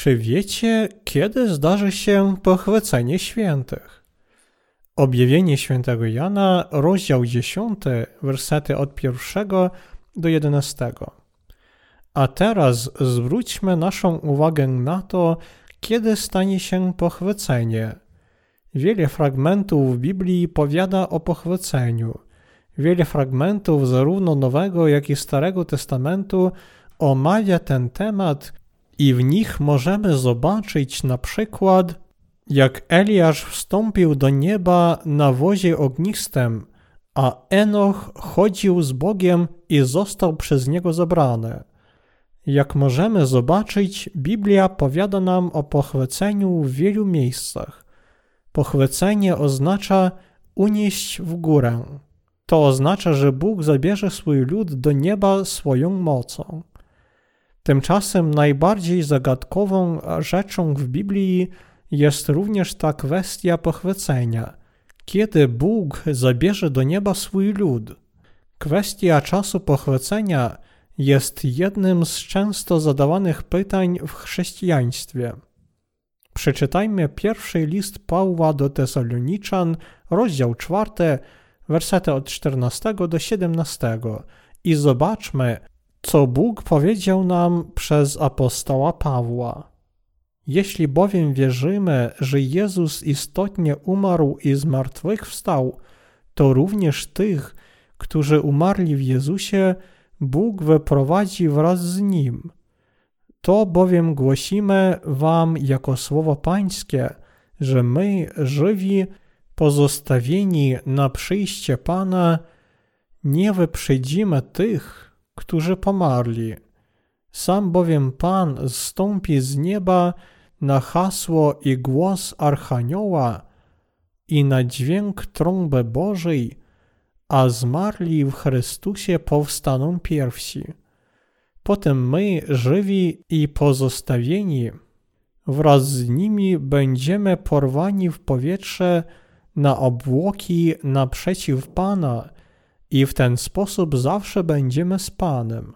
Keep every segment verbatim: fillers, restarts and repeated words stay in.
Czy wiecie, kiedy zdarzy się pochwycenie świętych? Objawienie świętego Jana, rozdział dziesiąty, wersety od pierwszego do jedenastego. A teraz zwróćmy naszą uwagę na to, kiedy stanie się pochwycenie. Wiele fragmentów w Biblii powiada o pochwyceniu. Wiele fragmentów zarówno Nowego, jak i Starego Testamentu omawia ten temat i w nich możemy zobaczyć na przykład, jak Eliasz wstąpił do nieba na wozie ognistym, a Enoch chodził z Bogiem i został przez niego zabrany. Jak możemy zobaczyć, Biblia powiada nam o pochwyceniu w wielu miejscach. Pochwycenie oznacza unieść w górę. To oznacza, że Bóg zabierze swój lud do nieba swoją mocą. Tymczasem najbardziej zagadkową rzeczą w Biblii jest również ta kwestia pochwycenia. Kiedy Bóg zabierze do nieba swój lud? Kwestia czasu pochwycenia jest jednym z często zadawanych pytań w chrześcijaństwie. Przeczytajmy pierwszy list Pawła do Tesaloniczan, rozdział czwarty, wersety od czternastego do siedemnastego i zobaczmy, co Bóg powiedział nam przez apostoła Pawła. Jeśli bowiem wierzymy, że Jezus istotnie umarł i zmartwychwstał, to również tych, którzy umarli w Jezusie, Bóg wyprowadzi wraz z Nim. To bowiem głosimy wam jako słowo Pańskie, że my, żywi, pozostawieni na przyjście Pana, nie wyprzedzimy tych, którzy pomarli. Sam bowiem Pan zstąpi z nieba na hasło i głos Archanioła i na dźwięk trąby Bożej, a zmarli w Chrystusie powstaną pierwsi. Potem my, żywi i pozostawieni, wraz z nimi będziemy porwani w powietrze na obłoki naprzeciw Pana i w ten sposób zawsze będziemy z Panem.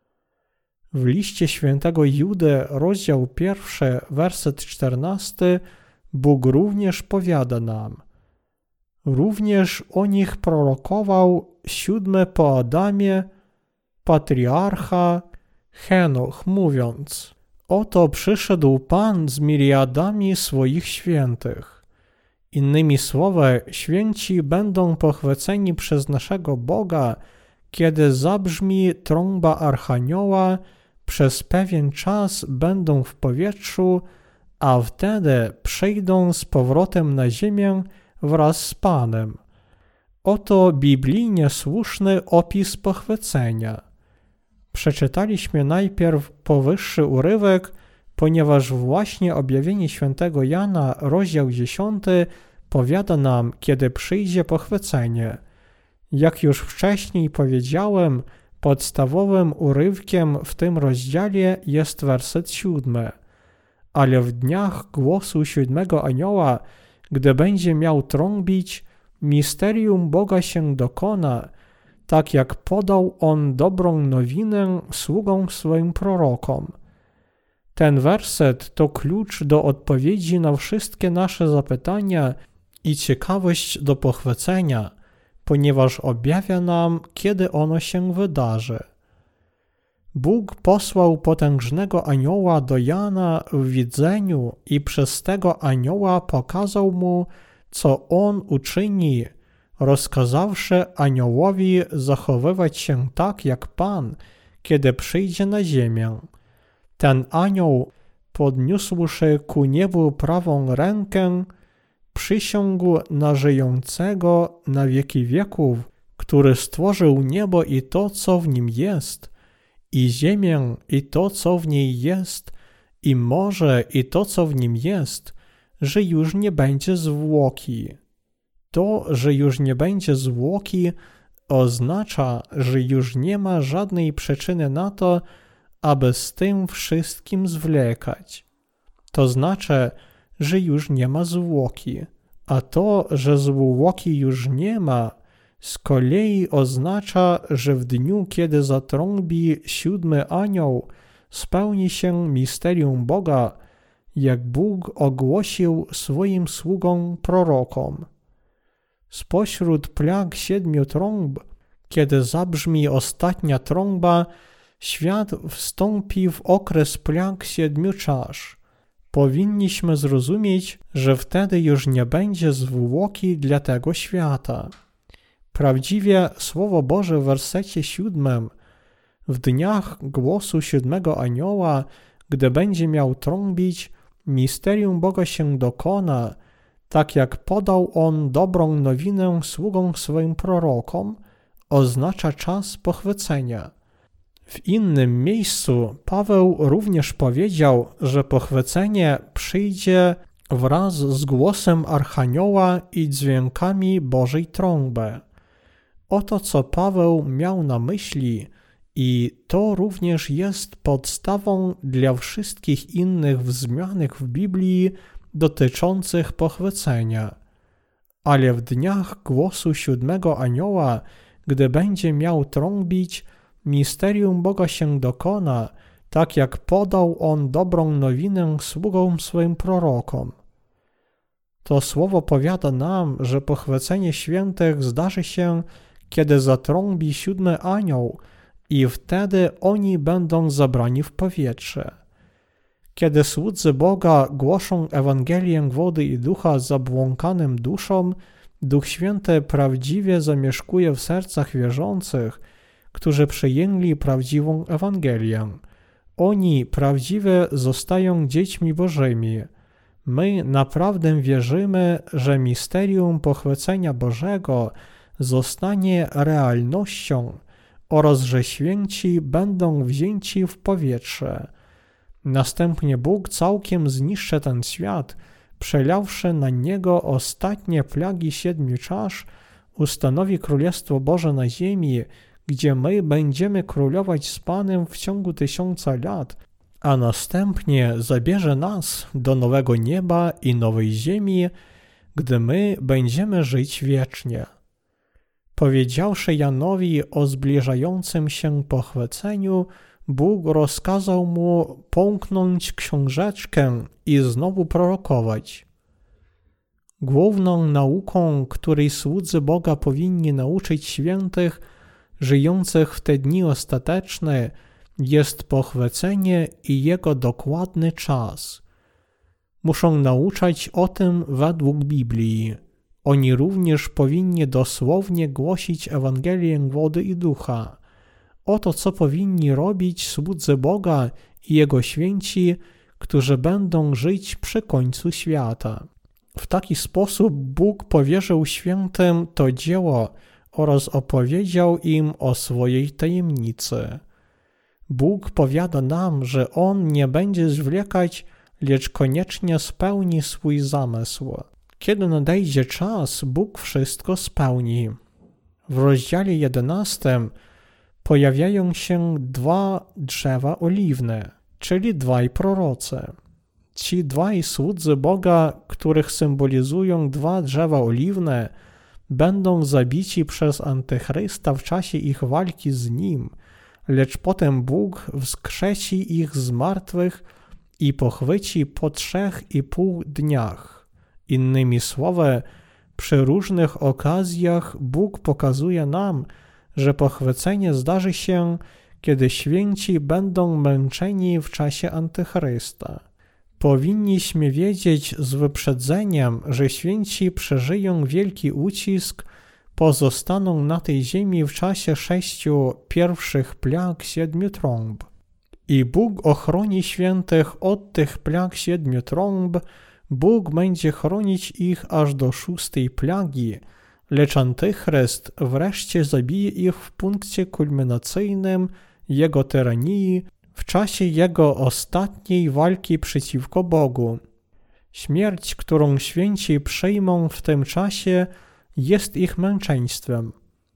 W liście świętego Judy, rozdział pierwszy, werset czternasty, Bóg również powiada nam. Również o nich prorokował siódmy po Adamie, patriarcha Henoch, mówiąc: Oto przyszedł Pan z miriadami swoich świętych. Innymi słowy, święci będą pochwyceni przez naszego Boga, kiedy zabrzmi trąba Archanioła, przez pewien czas będą w powietrzu, a wtedy przejdą z powrotem na ziemię wraz z Panem. Oto biblijnie słuszny opis pochwycenia. Przeczytaliśmy najpierw powyższy urywek, ponieważ właśnie objawienie świętego Jana, rozdział dziesiąty, powiada nam, kiedy przyjdzie pochwycenie. Jak już wcześniej powiedziałem, podstawowym urywkiem w tym rozdziale jest werset siódmy. Ale w dniach głosu siódmego anioła, gdy będzie miał trąbić, misterium Boga się dokona, tak jak podał on dobrą nowinę sługom swoim prorokom. Ten werset to klucz do odpowiedzi na wszystkie nasze zapytania i ciekawość do pochwycenia, ponieważ objawia nam, kiedy ono się wydarzy. Bóg posłał potężnego anioła do Jana w widzeniu i przez tego anioła pokazał mu, co on uczyni, rozkazawszy aniołowi zachowywać się tak jak Pan, kiedy przyjdzie na ziemię. Ten anioł, podniósłszy ku niebu prawą rękę, przysiągł na żyjącego na wieki wieków, który stworzył niebo i to, co w nim jest, i ziemię i to, co w niej jest, i morze i to, co w nim jest, że już nie będzie zwłoki. To, że już nie będzie zwłoki, oznacza, że już nie ma żadnej przyczyny na to, aby z tym wszystkim zwlekać. To znaczy, że już nie ma zwłoki, a to, że zwłoki już nie ma, z kolei oznacza, że w dniu, kiedy zatrąbi siódmy anioł, spełni się misterium Boga, jak Bóg ogłosił swoim sługom prorokom. Spośród plag siedmiu trąb, kiedy zabrzmi ostatnia trąba, świat wstąpi w okres plag siedmiu czasz. Powinniśmy zrozumieć, że wtedy już nie będzie zwłoki dla tego świata. Prawdziwie Słowo Boże w wersecie siódmym: w dniach głosu siódmego anioła, gdy będzie miał trąbić, misterium Boga się dokona, tak jak podał on dobrą nowinę sługom swoim prorokom, oznacza czas pochwycenia. W innym miejscu Paweł również powiedział, że pochwycenie przyjdzie wraz z głosem archanioła i dźwiękami Bożej trąby. Oto co Paweł miał na myśli i to również jest podstawą dla wszystkich innych wzmianek w Biblii dotyczących pochwycenia. Ale w dniach głosu siódmego anioła, gdy będzie miał trąbić, misterium Boga się dokona, tak jak podał on dobrą nowinę sługom swoim prorokom. To słowo powiada nam, że pochwycenie świętych zdarzy się, kiedy zatrąbi siódmy anioł i wtedy oni będą zabrani w powietrze. Kiedy słudzy Boga głoszą Ewangelię wody i ducha zabłąkanym duszom, Duch Święty prawdziwie zamieszkuje w sercach wierzących, którzy przyjęli prawdziwą Ewangelię. Oni prawdziwie zostają dziećmi Bożymi. My naprawdę wierzymy, że misterium pochwycenia Bożego zostanie realnością oraz że święci będą wzięci w powietrze. Następnie Bóg całkiem zniszczy ten świat, przelawszy na niego ostatnie plagi siedmiu czasz, ustanowi Królestwo Boże na ziemi, gdzie my będziemy królować z Panem w ciągu tysiąca lat, a następnie zabierze nas do nowego nieba i nowej ziemi, gdy my będziemy żyć wiecznie. Powiedziawszy Janowi o zbliżającym się pochwyceniu, Bóg rozkazał mu połknąć książeczkę i znowu prorokować. Główną nauką, której słudzy Boga powinni nauczyć świętych żyjących w te dni ostateczne, jest pochwycenie i jego dokładny czas. Muszą nauczać o tym według Biblii. Oni również powinni dosłownie głosić Ewangelię wody i ducha. Oto co powinni robić słudzy Boga i Jego święci, którzy będą żyć przy końcu świata. W taki sposób Bóg powierzył świętym to dzieło oraz opowiedział im o swojej tajemnicy. Bóg powiada nam, że On nie będzie zwlekać, lecz koniecznie spełni swój zamysł. Kiedy nadejdzie czas, Bóg wszystko spełni. W rozdziale jedenastym pojawiają się dwa drzewa oliwne, czyli dwaj prorocy. Ci dwaj słudzy Boga, których symbolizują dwa drzewa oliwne, będą zabici przez Antychrysta w czasie ich walki z nim, lecz potem Bóg wskrzesi ich z martwych i pochwyci po trzech i pół dniach. Innymi słowy, przy różnych okazjach Bóg pokazuje nam, że pochwycenie zdarzy się, kiedy święci będą męczeni w czasie Antychrysta. Powinniśmy wiedzieć z wyprzedzeniem, że święci przeżyją wielki ucisk, pozostaną na tej ziemi w czasie sześciu pierwszych plag siedmiu trąb. I Bóg ochroni świętych od tych plag siedmiu trąb, Bóg będzie chronić ich aż do szóstej plagi, lecz Antychryst wreszcie zabije ich w punkcie kulminacyjnym jego tyranii, w czasie jego ostatniej walki przeciwko Bogu. Śmierć, którą święci przyjmą w tym czasie, jest ich męczeństwem.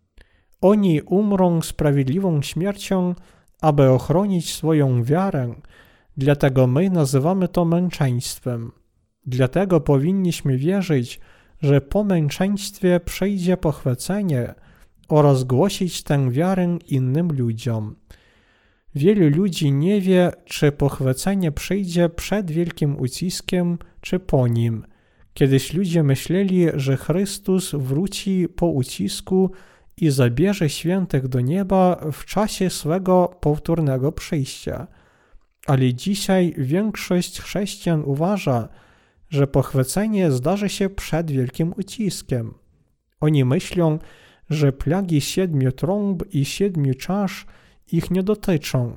Oni umrą sprawiedliwą śmiercią, aby ochronić swoją wiarę, dlatego my nazywamy to męczeństwem. Dlatego powinniśmy wierzyć, że po męczeństwie przyjdzie pochwycenie oraz głosić tę wiarę innym ludziom. Wielu ludzi nie wie, czy pochwycenie przyjdzie przed wielkim uciskiem, czy po nim. Kiedyś ludzie myśleli, że Chrystus wróci po ucisku i zabierze świętych do nieba w czasie swego powtórnego przyjścia. Ale dzisiaj większość chrześcijan uważa, że pochwycenie zdarzy się przed wielkim uciskiem. Oni myślą, że plagi siedmiu trąb i siedmiu czasz ich nie dotyczą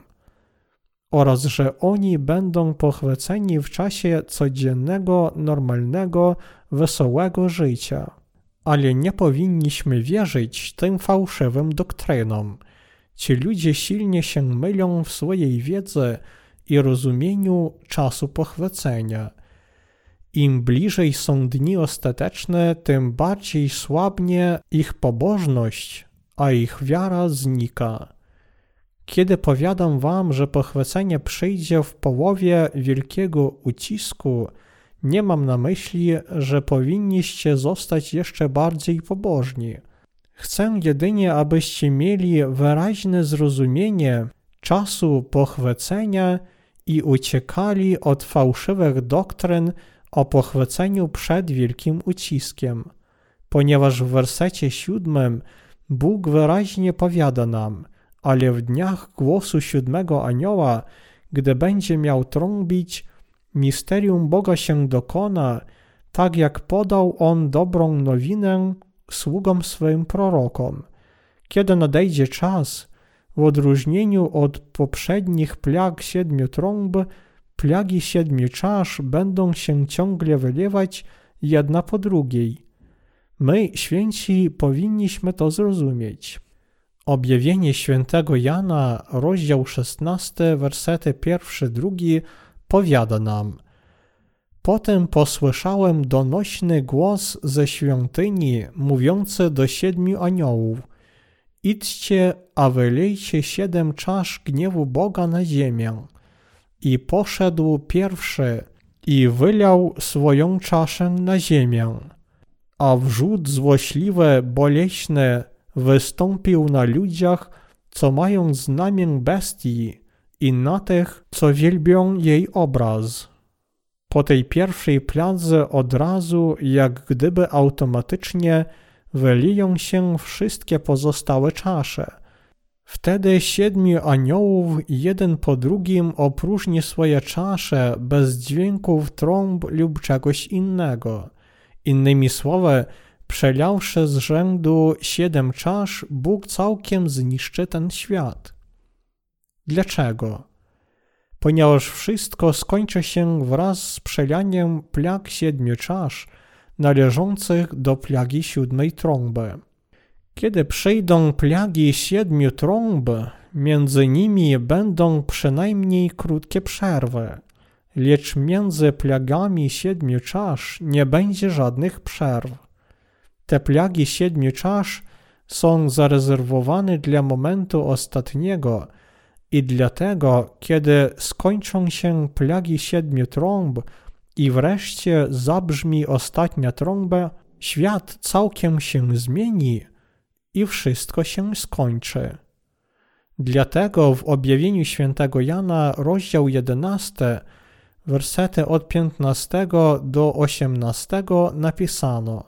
oraz że oni będą pochwyceni w czasie codziennego, normalnego, wesołego życia. Ale nie powinniśmy wierzyć tym fałszywym doktrynom. Ci ludzie silnie się mylą w swojej wiedzy i rozumieniu czasu pochwycenia. Im bliżej są dni ostateczne, tym bardziej słabnie ich pobożność, a ich wiara znika. Kiedy powiadam wam, że pochwycenie przyjdzie w połowie wielkiego ucisku, nie mam na myśli, że powinniście zostać jeszcze bardziej pobożni. Chcę jedynie, abyście mieli wyraźne zrozumienie czasu pochwycenia i uciekali od fałszywych doktryn o pochwyceniu przed wielkim uciskiem, ponieważ w wersecie siódmym Bóg wyraźnie powiada nam: ale w dniach głosu siódmego anioła, gdy będzie miał trąbić, misterium Boga się dokona, tak jak podał On dobrą nowinę sługom swym prorokom. Kiedy nadejdzie czas, w odróżnieniu od poprzednich plag siedmiu trąb, plagi siedmiu czasz będą się ciągle wylewać jedna po drugiej. My, święci, powinniśmy to zrozumieć. Objawienie świętego Jana, rozdział szesnasty, wersety pierwszy, drugi, powiada nam: Potem posłyszałem donośny głos ze świątyni, mówiący do siedmiu aniołów: idźcie, a wylejcie siedem czasz gniewu Boga na ziemię. I poszedł pierwszy i wylał swoją czaszę na ziemię. A wrzód złośliwy, boleśny wystąpił na ludziach, co mają znamię bestii, i na tych, co wielbią jej obraz. Po tej pierwszej pladze od razu, jak gdyby automatycznie, wyliją się wszystkie pozostałe czasze. Wtedy siedmiu aniołów jeden po drugim opróżni swoje czasze bez dźwięków trąb lub czegoś innego. Innymi słowy, przelałszy z rzędu siedem czasz, Bóg całkiem zniszczy ten świat. Dlaczego? Ponieważ wszystko skończy się wraz z przelaniem plag siedmiu czasz należących do plagi siódmej trąby. Kiedy przyjdą plagi siedmiu trąb, między nimi będą przynajmniej krótkie przerwy, lecz między plagami siedmiu czasz nie będzie żadnych przerw. Te plagi siedmiu czasz są zarezerwowane dla momentu ostatniego i dlatego, kiedy skończą się plagi siedmiu trąb i wreszcie zabrzmi ostatnia trąba, świat całkiem się zmieni i wszystko się skończy. Dlatego w objawieniu świętego Jana, rozdział jedenasty, wersety od piętnastego do osiemnastego napisano: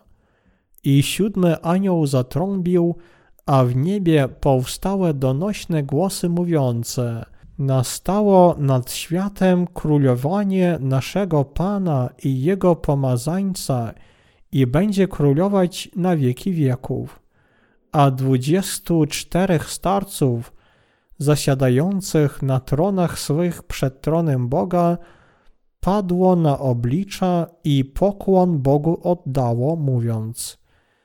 I siódmy anioł zatrąbił, a w niebie powstały donośne głosy mówiące: nastało nad światem królowanie naszego Pana i Jego pomazańca i będzie królować na wieki wieków. A dwudziestu czterech starców zasiadających na tronach swych przed tronem Boga padło na oblicza i pokłon Bogu oddało, mówiąc: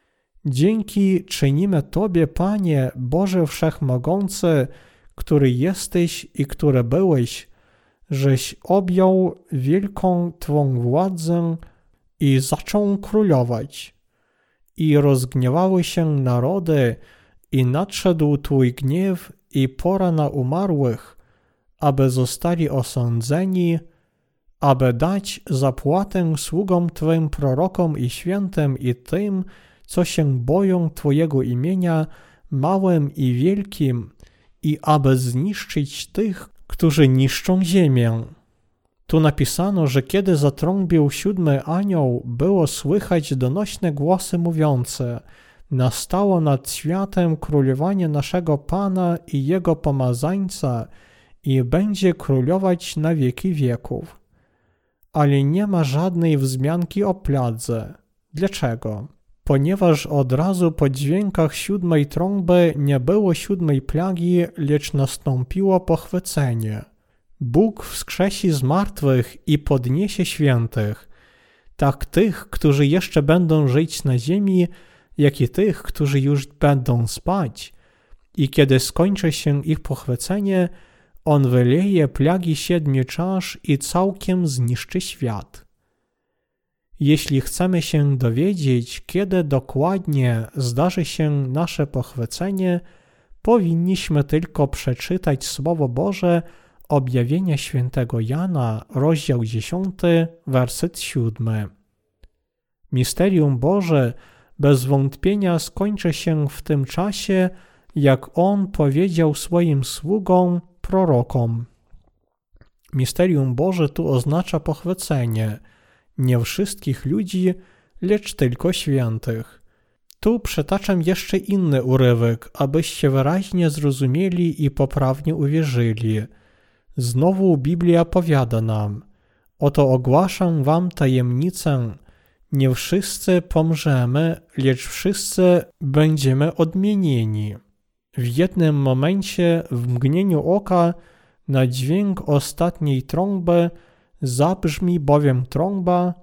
Dzięki czynimy Tobie, Panie, Boże Wszechmogący, który jesteś i który byłeś, żeś objął wielką Twą władzę i zaczął królować. I rozgniewały się narody, i nadszedł Twój gniew i pora na umarłych, aby zostali osądzeni, aby dać zapłatę sługom Twym prorokom i świętym i tym, co się boją Twojego imienia, małym i wielkim, i aby zniszczyć tych, którzy niszczą ziemię. Tu napisano, że kiedy zatrąbił siódmy anioł, było słychać donośne głosy mówiące: nastało nad światem królowanie naszego Pana i Jego pomazańca i będzie królować na wieki wieków. Ale nie ma żadnej wzmianki o pladze. Dlaczego? Ponieważ od razu po dźwiękach siódmej trąby nie było siódmej plagi, lecz nastąpiło pochwycenie. Bóg wskrzesi zmartwych i podniesie świętych, tak tych, którzy jeszcze będą żyć na ziemi, jak i tych, którzy już będą spać. I kiedy skończy się ich pochwycenie, On wyleje plagi siedmiu czasz i całkiem zniszczy świat. Jeśli chcemy się dowiedzieć, kiedy dokładnie zdarzy się nasze pochwycenie, powinniśmy tylko przeczytać Słowo Boże, Objawienie świętego Jana, rozdział dziesiąty, werset siódmy. Misterium Boże bez wątpienia skończy się w tym czasie, jak On powiedział swoim sługom, prorokom. Misterium Boże tu oznacza pochwycenie nie wszystkich ludzi, lecz tylko świętych. Tu przytaczam jeszcze inny urywek, abyście wyraźnie zrozumieli i poprawnie uwierzyli. Znowu Biblia powiada nam: oto ogłaszam wam tajemnicę, nie wszyscy pomrzemy, lecz wszyscy będziemy odmienieni. W jednym momencie, w mgnieniu oka, na dźwięk ostatniej trąby zabrzmi bowiem trąba,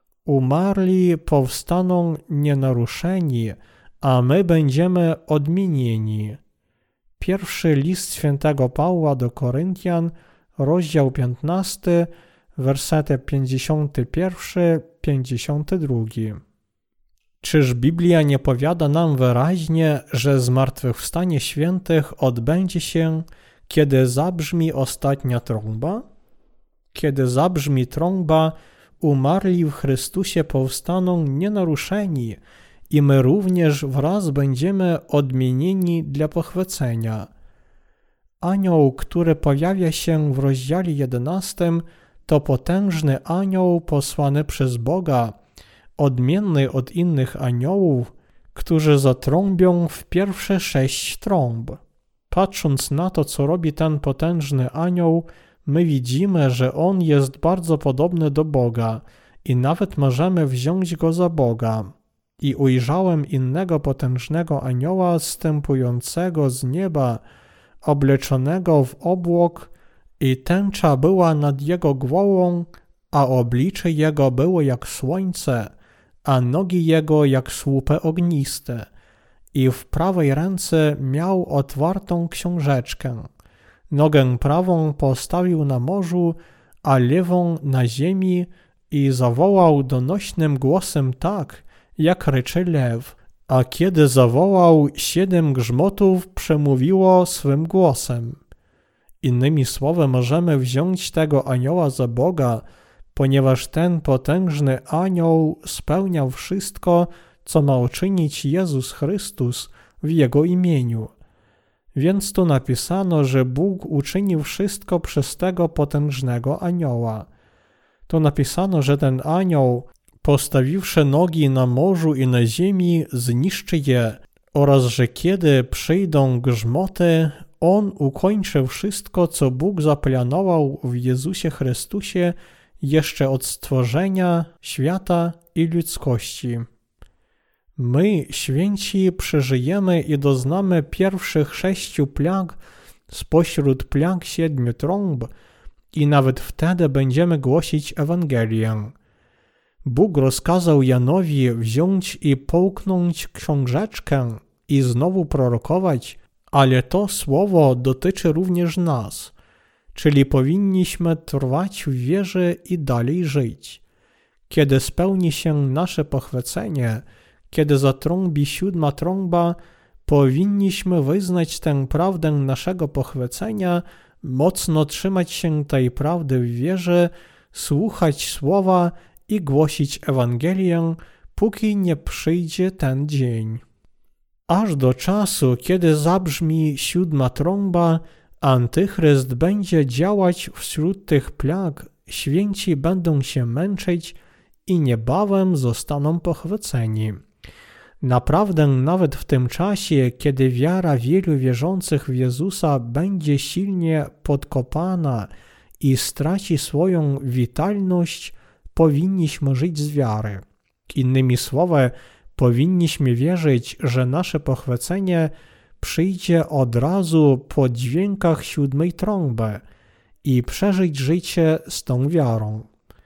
umarli powstaną nienaruszeni, a my będziemy odmienieni. Pierwszy list świętego Pawła do Koryntian, rozdział piętnasty, wersety pięćdziesiąty pierwszy do pięćdziesiątego drugiego. Czyż Biblia nie powiada nam wyraźnie, że zmartwychwstanie świętych odbędzie się, kiedy zabrzmi ostatnia trąba? Kiedy zabrzmi trąba, umarli w Chrystusie powstaną nienaruszeni i my również wraz będziemy odmienieni dla pochwycenia. Anioł, który pojawia się w rozdziale jedenastym, to potężny anioł posłany przez Boga, odmienny od innych aniołów, którzy zatrąbią w pierwsze sześć trąb. Patrząc na to, co robi ten potężny anioł, my widzimy, że on jest bardzo podobny do Boga i nawet możemy wziąć go za Boga. I ujrzałem innego potężnego anioła zstępującego z nieba, obleczonego w obłok, i tęcza była nad jego głową, a oblicze jego było jak słońce, a nogi jego jak słupy ogniste. I w prawej ręce miał otwartą książeczkę. Nogę prawą postawił na morzu, a lewą na ziemi i zawołał donośnym głosem tak, jak ryczy lew. A kiedy zawołał, siedem grzmotów przemówiło swym głosem. Innymi słowy, możemy wziąć tego anioła za Boga, ponieważ ten potężny anioł spełniał wszystko, co ma uczynić Jezus Chrystus w Jego imieniu. Więc tu napisano, że Bóg uczynił wszystko przez tego potężnego anioła. Tu napisano, że ten anioł, postawiwszy nogi na morzu i na ziemi, zniszczy je, oraz że kiedy przyjdą grzmoty, On ukończy wszystko, co Bóg zaplanował w Jezusie Chrystusie jeszcze od stworzenia świata i ludzkości. My, święci, przeżyjemy i doznamy pierwszych sześciu plag spośród plag siedmiu trąb i nawet wtedy będziemy głosić Ewangelię. Bóg rozkazał Janowi wziąć i połknąć książeczkę i znowu prorokować, ale to słowo dotyczy również nas, czyli powinniśmy trwać w wierze i dalej żyć. Kiedy spełni się nasze pochwycenie, kiedy zatrąbi siódma trąba, powinniśmy wyznać tę prawdę naszego pochwycenia, mocno trzymać się tej prawdy w wierze, słuchać słowa i głosić Ewangelię, póki nie przyjdzie ten dzień. aż do czasu, kiedy zabrzmi siódma trąba, Antychryst będzie działać wśród tych plag, święci będą się męczyć i niebawem zostaną pochwyceni. Naprawdę nawet w tym czasie, kiedy wiara wielu wierzących w Jezusa będzie silnie podkopana i straci swoją witalność, powinniśmy żyć z wiary. Innymi słowy, powinniśmy wierzyć, że nasze pochwycenie przyjdzie od razu po dźwiękach siódmej trąby i przeżyć życie z tą wiarą.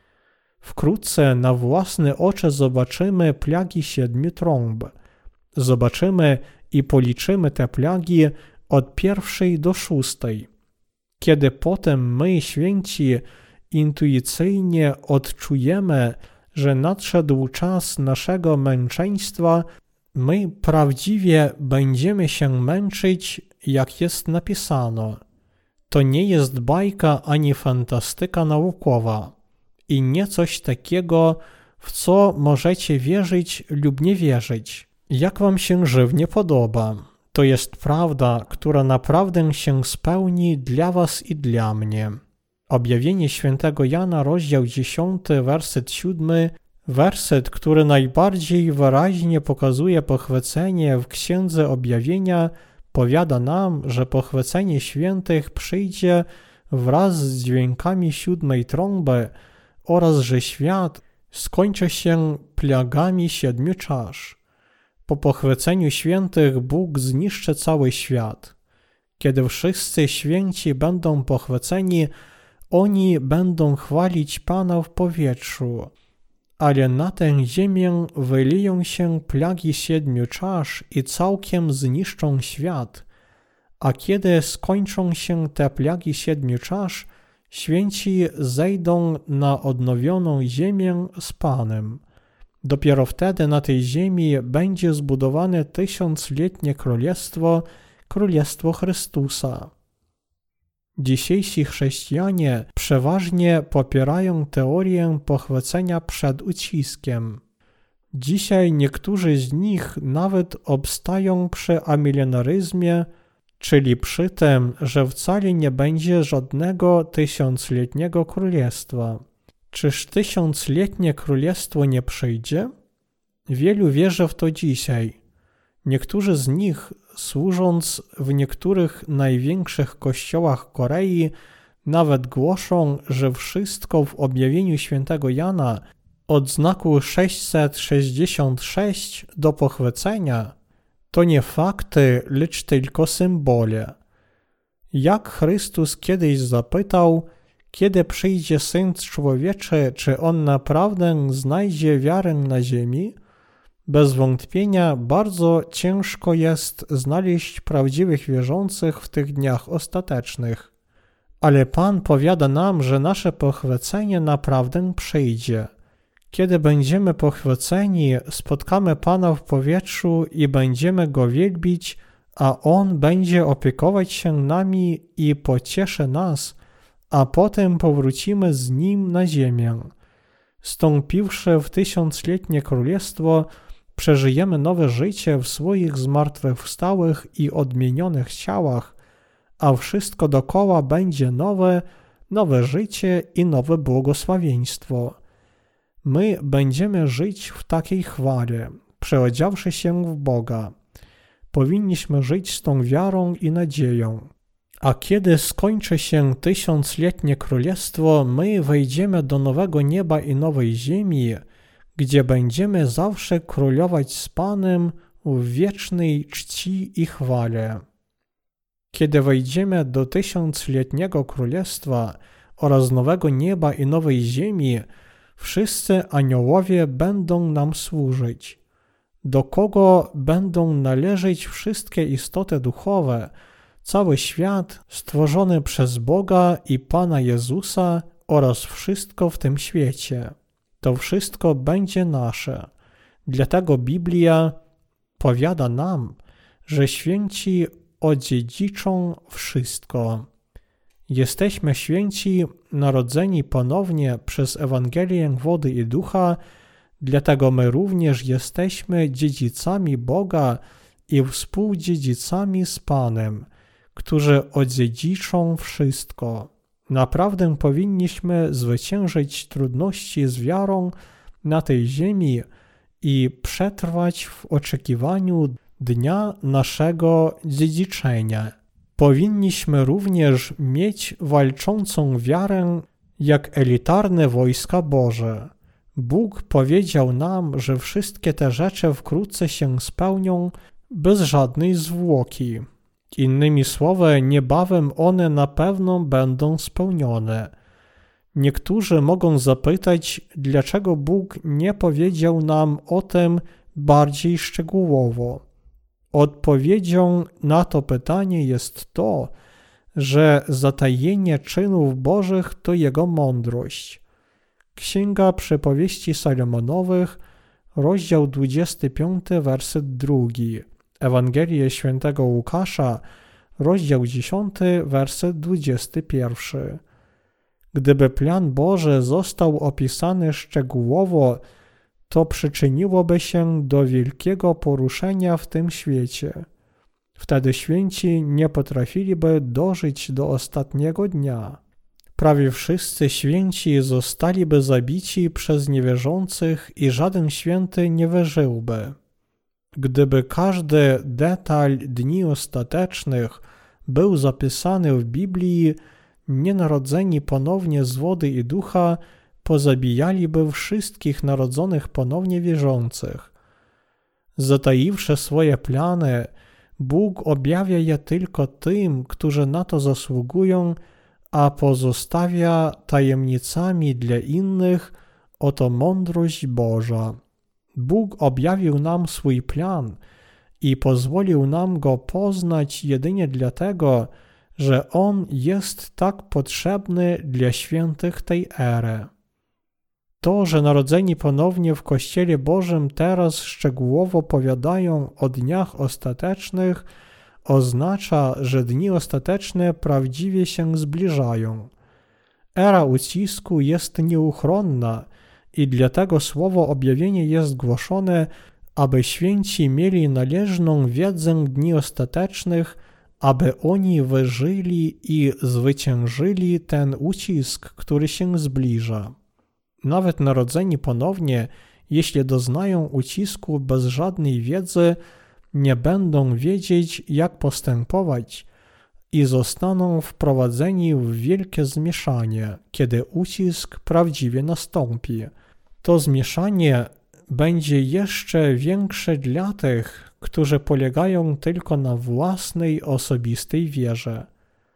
Wkrótce na własne oczy zobaczymy plagi siedmiu trąb. Zobaczymy i policzymy te plagi od pierwszej do szóstej. Kiedy potem my, święci, intuicyjnie odczujemy, że nadszedł czas naszego męczeństwa, my prawdziwie będziemy się męczyć, jak jest napisano. To nie jest bajka ani fantastyka naukowa i nie coś takiego, w co możecie wierzyć lub nie wierzyć. Jak wam się żywnie podoba, to jest prawda, która naprawdę się spełni dla was i dla mnie. Objawienie świętego Jana, rozdział dziesiąty, werset siódmy, werset, który najbardziej wyraźnie pokazuje pochwycenie w Księdze Objawienia, powiada nam, że pochwycenie świętych przyjdzie wraz z dźwiękami siódmej trąby oraz że świat skończy się plagami siedmiu czasz. Po pochwyceniu świętych Bóg zniszczy cały świat. Kiedy wszyscy święci będą pochwyceni, oni będą chwalić Pana w powietrzu, ale na tę ziemię wyliją się plagi siedmiu czasz i całkiem zniszczą świat. A kiedy skończą się te plagi siedmiu czasz, święci zejdą na odnowioną ziemię z Panem. Dopiero wtedy na tej ziemi będzie zbudowane tysiącletnie królestwo, królestwo Chrystusa. Dzisiejsi chrześcijanie przeważnie popierają teorię pochwycenia przed uciskiem. Dzisiaj niektórzy z nich nawet obstają przy amilenaryzmie, czyli przy tym, że wcale nie będzie żadnego tysiącletniego królestwa. Czyż tysiącletnie królestwo nie przyjdzie? Wielu wierzy w to dzisiaj. Niektórzy z nich, służąc w niektórych największych kościołach Korei, nawet głoszą, że wszystko w objawieniu świętego Jana od znaku sześćset sześćdziesiąt sześć do pochwycenia to nie fakty, lecz tylko symbole. Jak Chrystus kiedyś zapytał, kiedy przyjdzie Syn Człowieczy, czy On naprawdę znajdzie wiarę na ziemi? Bez wątpienia bardzo ciężko jest znaleźć prawdziwych wierzących w tych dniach ostatecznych. Ale Pan powiada nam, że nasze pochwycenie naprawdę przyjdzie. Kiedy będziemy pochwyceni, spotkamy Pana w powietrzu i będziemy Go wielbić, a On będzie opiekować się nami i pocieszy nas, a potem powrócimy z Nim na ziemię. Stąpiwszy w tysiącletnie królestwo, przeżyjemy nowe życie w swoich zmartwychwstałych i odmienionych ciałach, a wszystko dokoła będzie nowe, nowe życie i nowe błogosławieństwo. My będziemy żyć w takiej chwale, przeodziawszy się w Boga. Powinniśmy żyć z tą wiarą i nadzieją. A kiedy skończy się tysiącletnie królestwo, my wejdziemy do nowego nieba i nowej ziemi, gdzie będziemy zawsze królować z Panem w wiecznej czci i chwale. Kiedy wejdziemy do tysiącletniego królestwa oraz nowego nieba i nowej ziemi, wszyscy aniołowie będą nam służyć. Do kogo będą należeć wszystkie istoty duchowe, cały świat stworzony przez Boga i Pana Jezusa oraz wszystko w tym świecie. To wszystko będzie nasze. Dlatego Biblia powiada nam, że święci odziedziczą wszystko. Jesteśmy święci, narodzeni ponownie przez Ewangelię wody i ducha, dlatego my również jesteśmy dziedzicami Boga i współdziedzicami z Panem, którzy odziedziczą wszystko. Naprawdę powinniśmy zwyciężyć trudności z wiarą na tej ziemi i przetrwać w oczekiwaniu dnia naszego dziedziczenia. Powinniśmy również mieć walczącą wiarę jak elitarne wojska Boże. Bóg powiedział nam, że wszystkie te rzeczy wkrótce się spełnią bez żadnej zwłoki. Innymi słowy, niebawem one na pewno będą spełnione. Niektórzy mogą zapytać, dlaczego Bóg nie powiedział nam o tym bardziej szczegółowo. Odpowiedzią na to pytanie jest to, że zatajenie czynów Bożych to Jego mądrość. Księga Przypowieści Salomonowych, rozdział dwudziesty piąty, werset drugi. Ewangelia Świętego Łukasza, rozdział dziesiąty, werset dwudziesty pierwszy. Gdyby plan Boży został opisany szczegółowo, to przyczyniłoby się do wielkiego poruszenia w tym świecie. Wtedy święci nie potrafiliby dożyć do ostatniego dnia. Prawie wszyscy święci zostaliby zabici przez niewierzących i żaden święty nie wyżyłby. Gdyby każdy detal dni ostatecznych był zapisany w Biblii, nienarodzeni ponownie z wody i ducha pozabijaliby wszystkich narodzonych ponownie wierzących. Zataiwszy swoje plany, Bóg objawia je tylko tym, którzy na to zasługują, a pozostawia tajemnicami dla innych. Oto mądrość Boża. Bóg objawił nam swój plan i pozwolił nam go poznać jedynie dlatego, że on jest tak potrzebny dla świętych tej ery. To, że narodzeni ponownie w Kościele Bożym teraz szczegółowo powiadają o dniach ostatecznych, oznacza, że dni ostateczne prawdziwie się zbliżają. Era ucisku jest nieuchronna i dlatego słowo objawienie jest głoszone, aby święci mieli należną wiedzę dni ostatecznych, aby oni wyżyli i zwyciężyli ten ucisk, który się zbliża. Nawet narodzeni ponownie, jeśli doznają ucisku bez żadnej wiedzy, nie będą wiedzieć, jak postępować i zostaną wprowadzeni w wielkie zmieszanie, kiedy ucisk prawdziwie nastąpi. To zmieszanie będzie jeszcze większe dla tych, którzy polegają tylko na własnej osobistej wierze.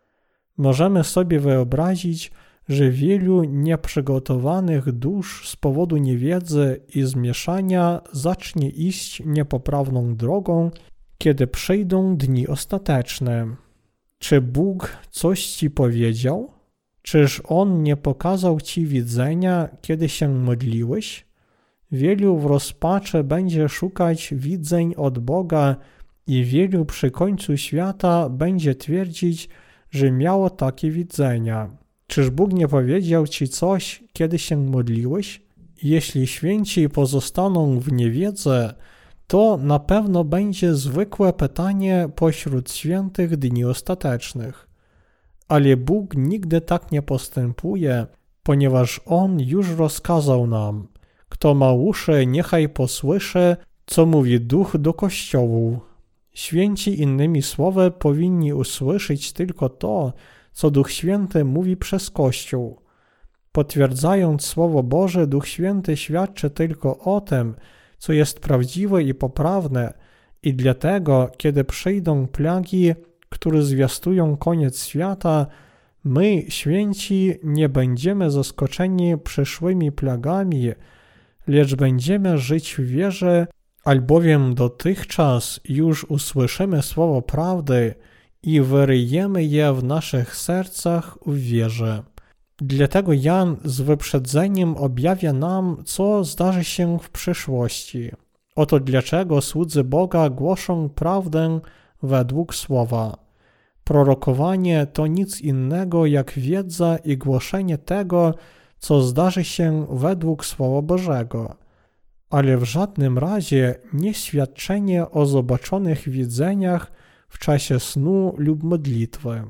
Możemy sobie wyobrazić, że wielu nieprzygotowanych dusz z powodu niewiedzy i zmieszania zacznie iść niepoprawną drogą, kiedy przyjdą dni ostateczne. Czy Bóg coś ci powiedział? Czyż On nie pokazał ci widzenia, kiedy się modliłeś? Wielu w rozpaczy będzie szukać widzeń od Boga i wielu przy końcu świata będzie twierdzić, że miało takie widzenia. Czyż Bóg nie powiedział ci coś, kiedy się modliłeś? Jeśli święci pozostaną w niewiedzy, to na pewno będzie zwykłe pytanie pośród świętych dni ostatecznych. Ale Bóg nigdy tak nie postępuje, ponieważ On już rozkazał nam: kto ma uszy, niechaj posłyszy, co mówi Duch do kościołów. Święci, innymi słowy, powinni usłyszeć tylko to, co Duch Święty mówi przez Kościół. Potwierdzając Słowo Boże, Duch Święty świadczy tylko o tym, co jest prawdziwe i poprawne, i dlatego, kiedy przyjdą plagi, które zwiastują koniec świata, my, święci, nie będziemy zaskoczeni przyszłymi plagami, lecz będziemy żyć w wierze, albowiem dotychczas już usłyszymy słowo prawdy i wyryjemy je w naszych sercach w wierze. Dlatego Jan z wyprzedzeniem objawia nam, co zdarzy się w przyszłości. Oto dlaczego słudzy Boga głoszą prawdę według słowa. Prorokowanie to nic innego jak wiedza i głoszenie tego, co zdarzy się według Słowa Bożego. ale w żadnym razie nie świadczenie o zobaczonych widzeniach w czasie snu lub modlitwy.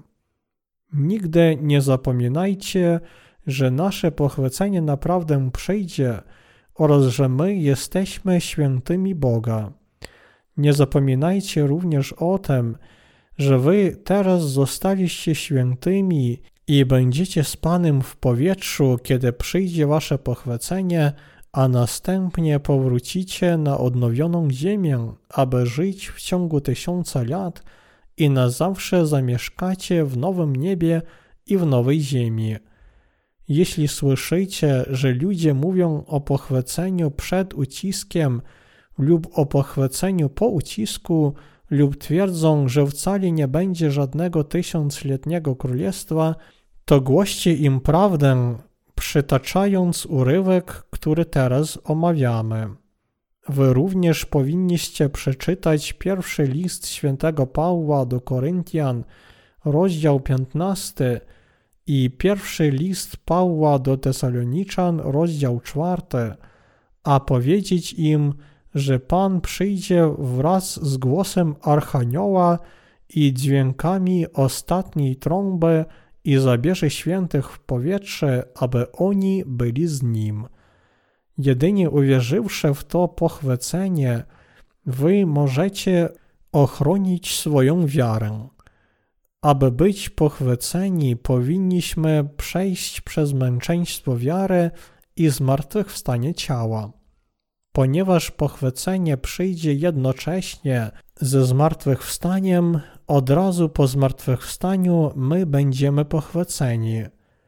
Nigdy nie zapominajcie, że nasze pochwycenie naprawdę przyjdzie oraz że my jesteśmy świętymi Boga. Nie zapominajcie również o tym, że wy teraz zostaliście świętymi i będziecie z Panem w powietrzu, kiedy przyjdzie wasze pochwycenie, a następnie powrócicie na odnowioną ziemię, aby żyć w ciągu tysiąca lat i na zawsze zamieszkacie w nowym niebie i w nowej ziemi. Jeśli słyszycie, że ludzie mówią o pochwyceniu przed uciskiem lub o pochwyceniu po ucisku, lub twierdzą, że wcale nie będzie żadnego tysiącletniego królestwa, to głoście im prawdę, przytaczając urywek, który teraz omawiamy. Wy również powinniście przeczytać pierwszy list świętego Pawła do Koryntian, rozdział piętnasty i pierwszy list Pawła do Tesaloniczan, rozdział czwarty, a powiedzieć im, że Pan przyjdzie wraz z głosem Archanioła i dźwiękami ostatniej trąby i zabierze świętych w powietrze, aby oni byli z Nim. Jedynie uwierzywszy w to pochwycenie, wy możecie ochronić swoją wiarę. Aby być pochwyceni, powinniśmy przejść przez męczeństwo wiary i zmartwychwstanie ciała. Ponieważ pochwycenie przyjdzie jednocześnie ze zmartwychwstaniem, od razu po zmartwychwstaniu my będziemy pochwyceni.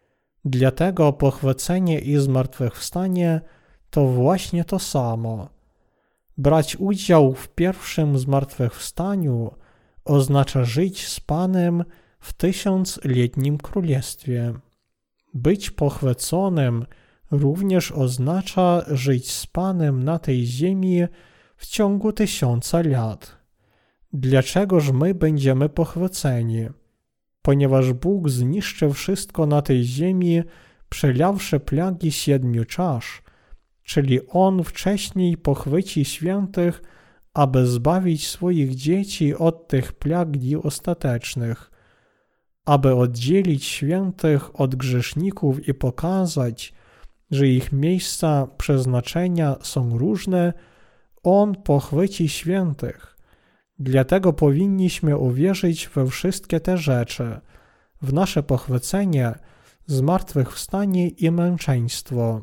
Dlatego pochwycenie i zmartwychwstanie to właśnie to samo. Brać udział w pierwszym zmartwychwstaniu oznacza żyć z Panem w tysiącletnim królestwie. Być pochwyconym również oznacza żyć z Panem na tej ziemi w ciągu tysiąca lat. Dlaczegoż my będziemy pochwyceni? Ponieważ Bóg zniszczy wszystko na tej ziemi, przelawszy plagi siedmiu czasz, czyli On wcześniej pochwyci świętych, aby zbawić swoich dzieci od tych plag dni ostatecznych, aby oddzielić świętych od grzeszników i pokazać, że ich miejsca przeznaczenia są różne, On pochwyci świętych. Dlatego powinniśmy uwierzyć we wszystkie te rzeczy, w nasze pochwycenie, zmartwychwstanie i męczeństwo.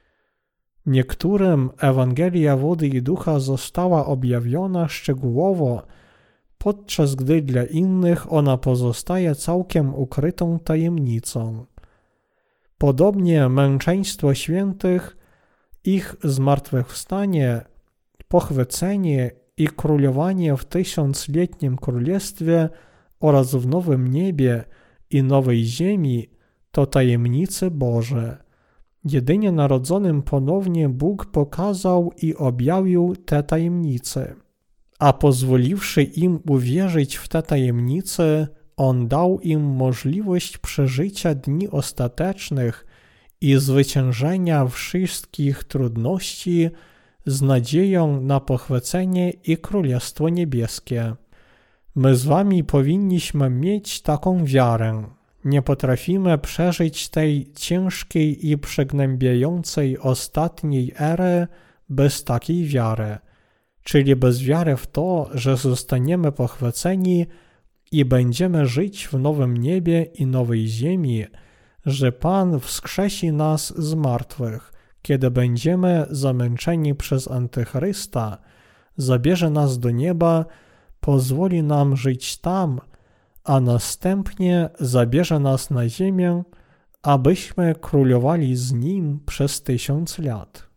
Niektórym Ewangelia wody i ducha została objawiona szczegółowo, podczas gdy dla innych ona pozostaje całkiem ukrytą tajemnicą. Podobnie męczeństwo świętych, ich zmartwychwstanie, pochwycenie i królowanie w tysiącletnim królestwie oraz w nowym niebie i nowej ziemi to tajemnice Boże. Jedynie narodzonym ponownie Bóg pokazał i objawił te tajemnice, a pozwoliwszy im uwierzyć w te tajemnice, On dał im możliwość przeżycia dni ostatecznych i zwyciężenia wszystkich trudności z nadzieją na pochwycenie i Królestwo Niebieskie. My z wami powinniśmy mieć taką wiarę. Nie potrafimy przeżyć tej ciężkiej i przygnębiającej ostatniej ery bez takiej wiary, czyli bez wiary w to, że zostaniemy pochwyceni i będziemy żyć w nowym niebie i nowej ziemi, że Pan wskrzesi nas z martwych, kiedy będziemy zamęczeni przez Antychrysta, zabierze nas do nieba, pozwoli nam żyć tam, a następnie zabierze nas na ziemię, abyśmy królowali z Nim przez tysiąc lat.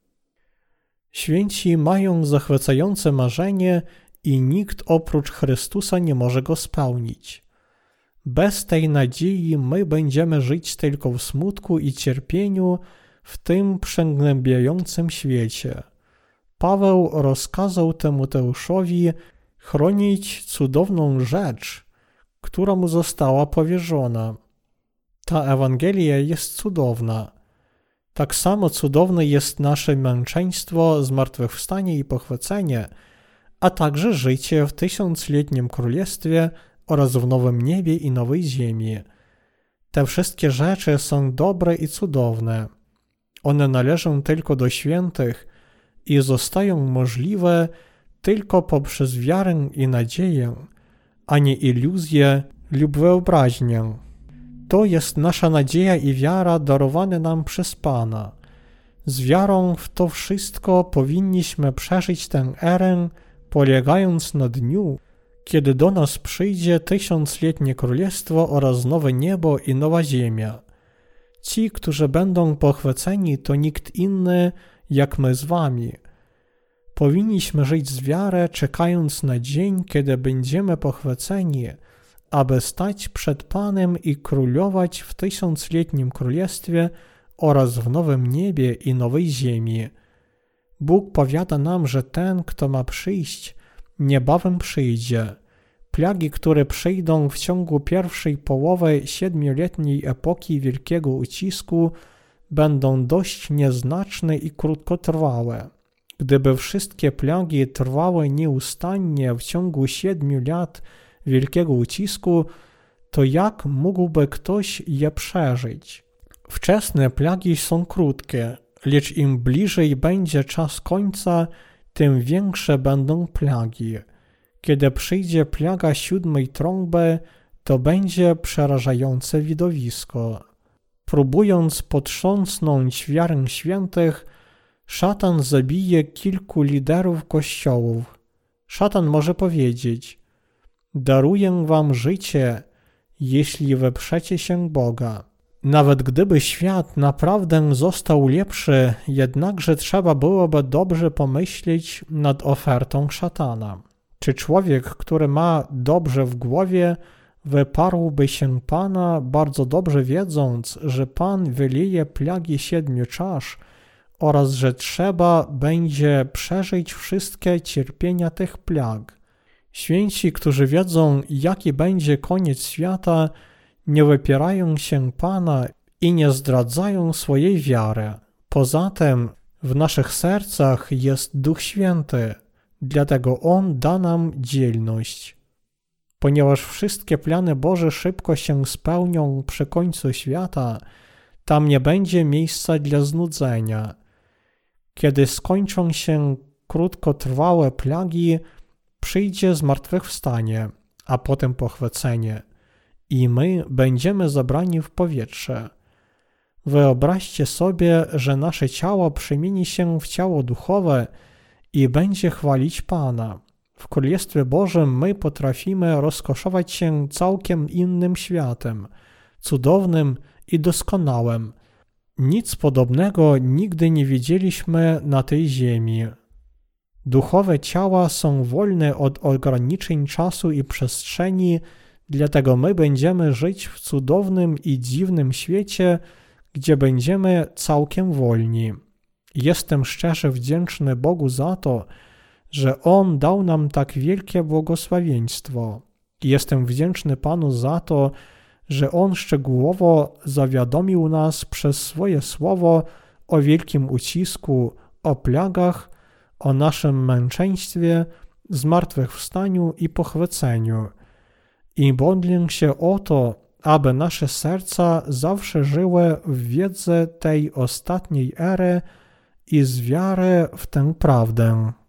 Święci mają zachwycające marzenie i nikt oprócz Chrystusa nie może go spełnić. Bez tej nadziei my będziemy żyć tylko w smutku i cierpieniu w tym przygnębiającym świecie. Paweł rozkazał Tymoteuszowi chronić cudowną rzecz, która mu została powierzona. Ta Ewangelia jest cudowna. Tak samo cudowne jest nasze męczeństwo, zmartwychwstanie i pochwycenie, a także życie w tysiącletnim królestwie oraz w nowym niebie i nowej ziemi. Te wszystkie rzeczy są dobre i cudowne. One należą tylko do świętych i zostają możliwe tylko poprzez wiarę i nadzieję, a nie iluzję lub wyobraźnię. To jest nasza nadzieja i wiara darowane nam przez Pana. Z wiarą w to wszystko powinniśmy przeżyć tę erę, polegając na dniu, kiedy do nas przyjdzie tysiącletnie królestwo oraz nowe niebo i nowa ziemia. Ci, którzy będą pochwyceni, to nikt inny jak my z wami. Powinniśmy żyć z wiarą, czekając na dzień, kiedy będziemy pochwyceni, aby stać przed Panem i królować w tysiącletnim królestwie oraz w nowym niebie i nowej ziemi. Bóg powiada nam, że ten, kto ma przyjść, niebawem przyjdzie. Plagi, które przyjdą w ciągu pierwszej połowy siedmioletniej epoki wielkiego ucisku, będą dość nieznaczne i krótkotrwałe. Gdyby wszystkie plagi trwały nieustannie w ciągu siedmiu lat wielkiego ucisku, to jak mógłby ktoś je przeżyć? Wczesne plagi są krótkie, lecz im bliżej będzie czas końca, tym większe będą plagi. Kiedy przyjdzie plaga siódmej trąby, to będzie przerażające widowisko. Próbując potrząsnąć wiarę świętych, szatan zabije kilku liderów kościołów. Szatan może powiedzieć: daruję wam życie, jeśli weprzecie się Boga. Nawet gdyby świat naprawdę został lepszy, jednakże trzeba byłoby dobrze pomyśleć nad ofertą szatana. Czy człowiek, który ma dobrze w głowie, wyparłby się Pana, bardzo dobrze wiedząc, że Pan wyleje plagi siedmiu czasz oraz że trzeba będzie przeżyć wszystkie cierpienia tych plag? Święci, którzy wiedzą, jaki będzie koniec świata, nie wypierają się Pana i nie zdradzają swojej wiary. Poza tym w naszych sercach jest Duch Święty, dlatego On da nam dzielność. Ponieważ wszystkie plany Boże szybko się spełnią przy końcu świata, tam nie będzie miejsca dla znudzenia. Kiedy skończą się krótkotrwałe plagi, przyjdzie zmartwychwstanie, a potem pochwycenie i my będziemy zabrani w powietrze. Wyobraźcie sobie, że nasze ciało przemieni się w ciało duchowe i będzie chwalić Pana. W Królestwie Bożym my potrafimy rozkoszować się całkiem innym światem, cudownym i doskonałym. Nic podobnego nigdy nie widzieliśmy na tej ziemi. Duchowe ciała są wolne od ograniczeń czasu i przestrzeni, dlatego my będziemy żyć w cudownym i dziwnym świecie, gdzie będziemy całkiem wolni. Jestem szczerze wdzięczny Bogu za to, że On dał nam tak wielkie błogosławieństwo. Jestem wdzięczny Panu za to, że On szczegółowo zawiadomił nas przez swoje słowo o wielkim ucisku, o plagach, o naszym męczeństwie, zmartwychwstaniu i pochwyceniu. I modlę się o to, aby nasze serca zawsze żyły w wiedzy tej ostatniej ery i z wiary w tę prawdę.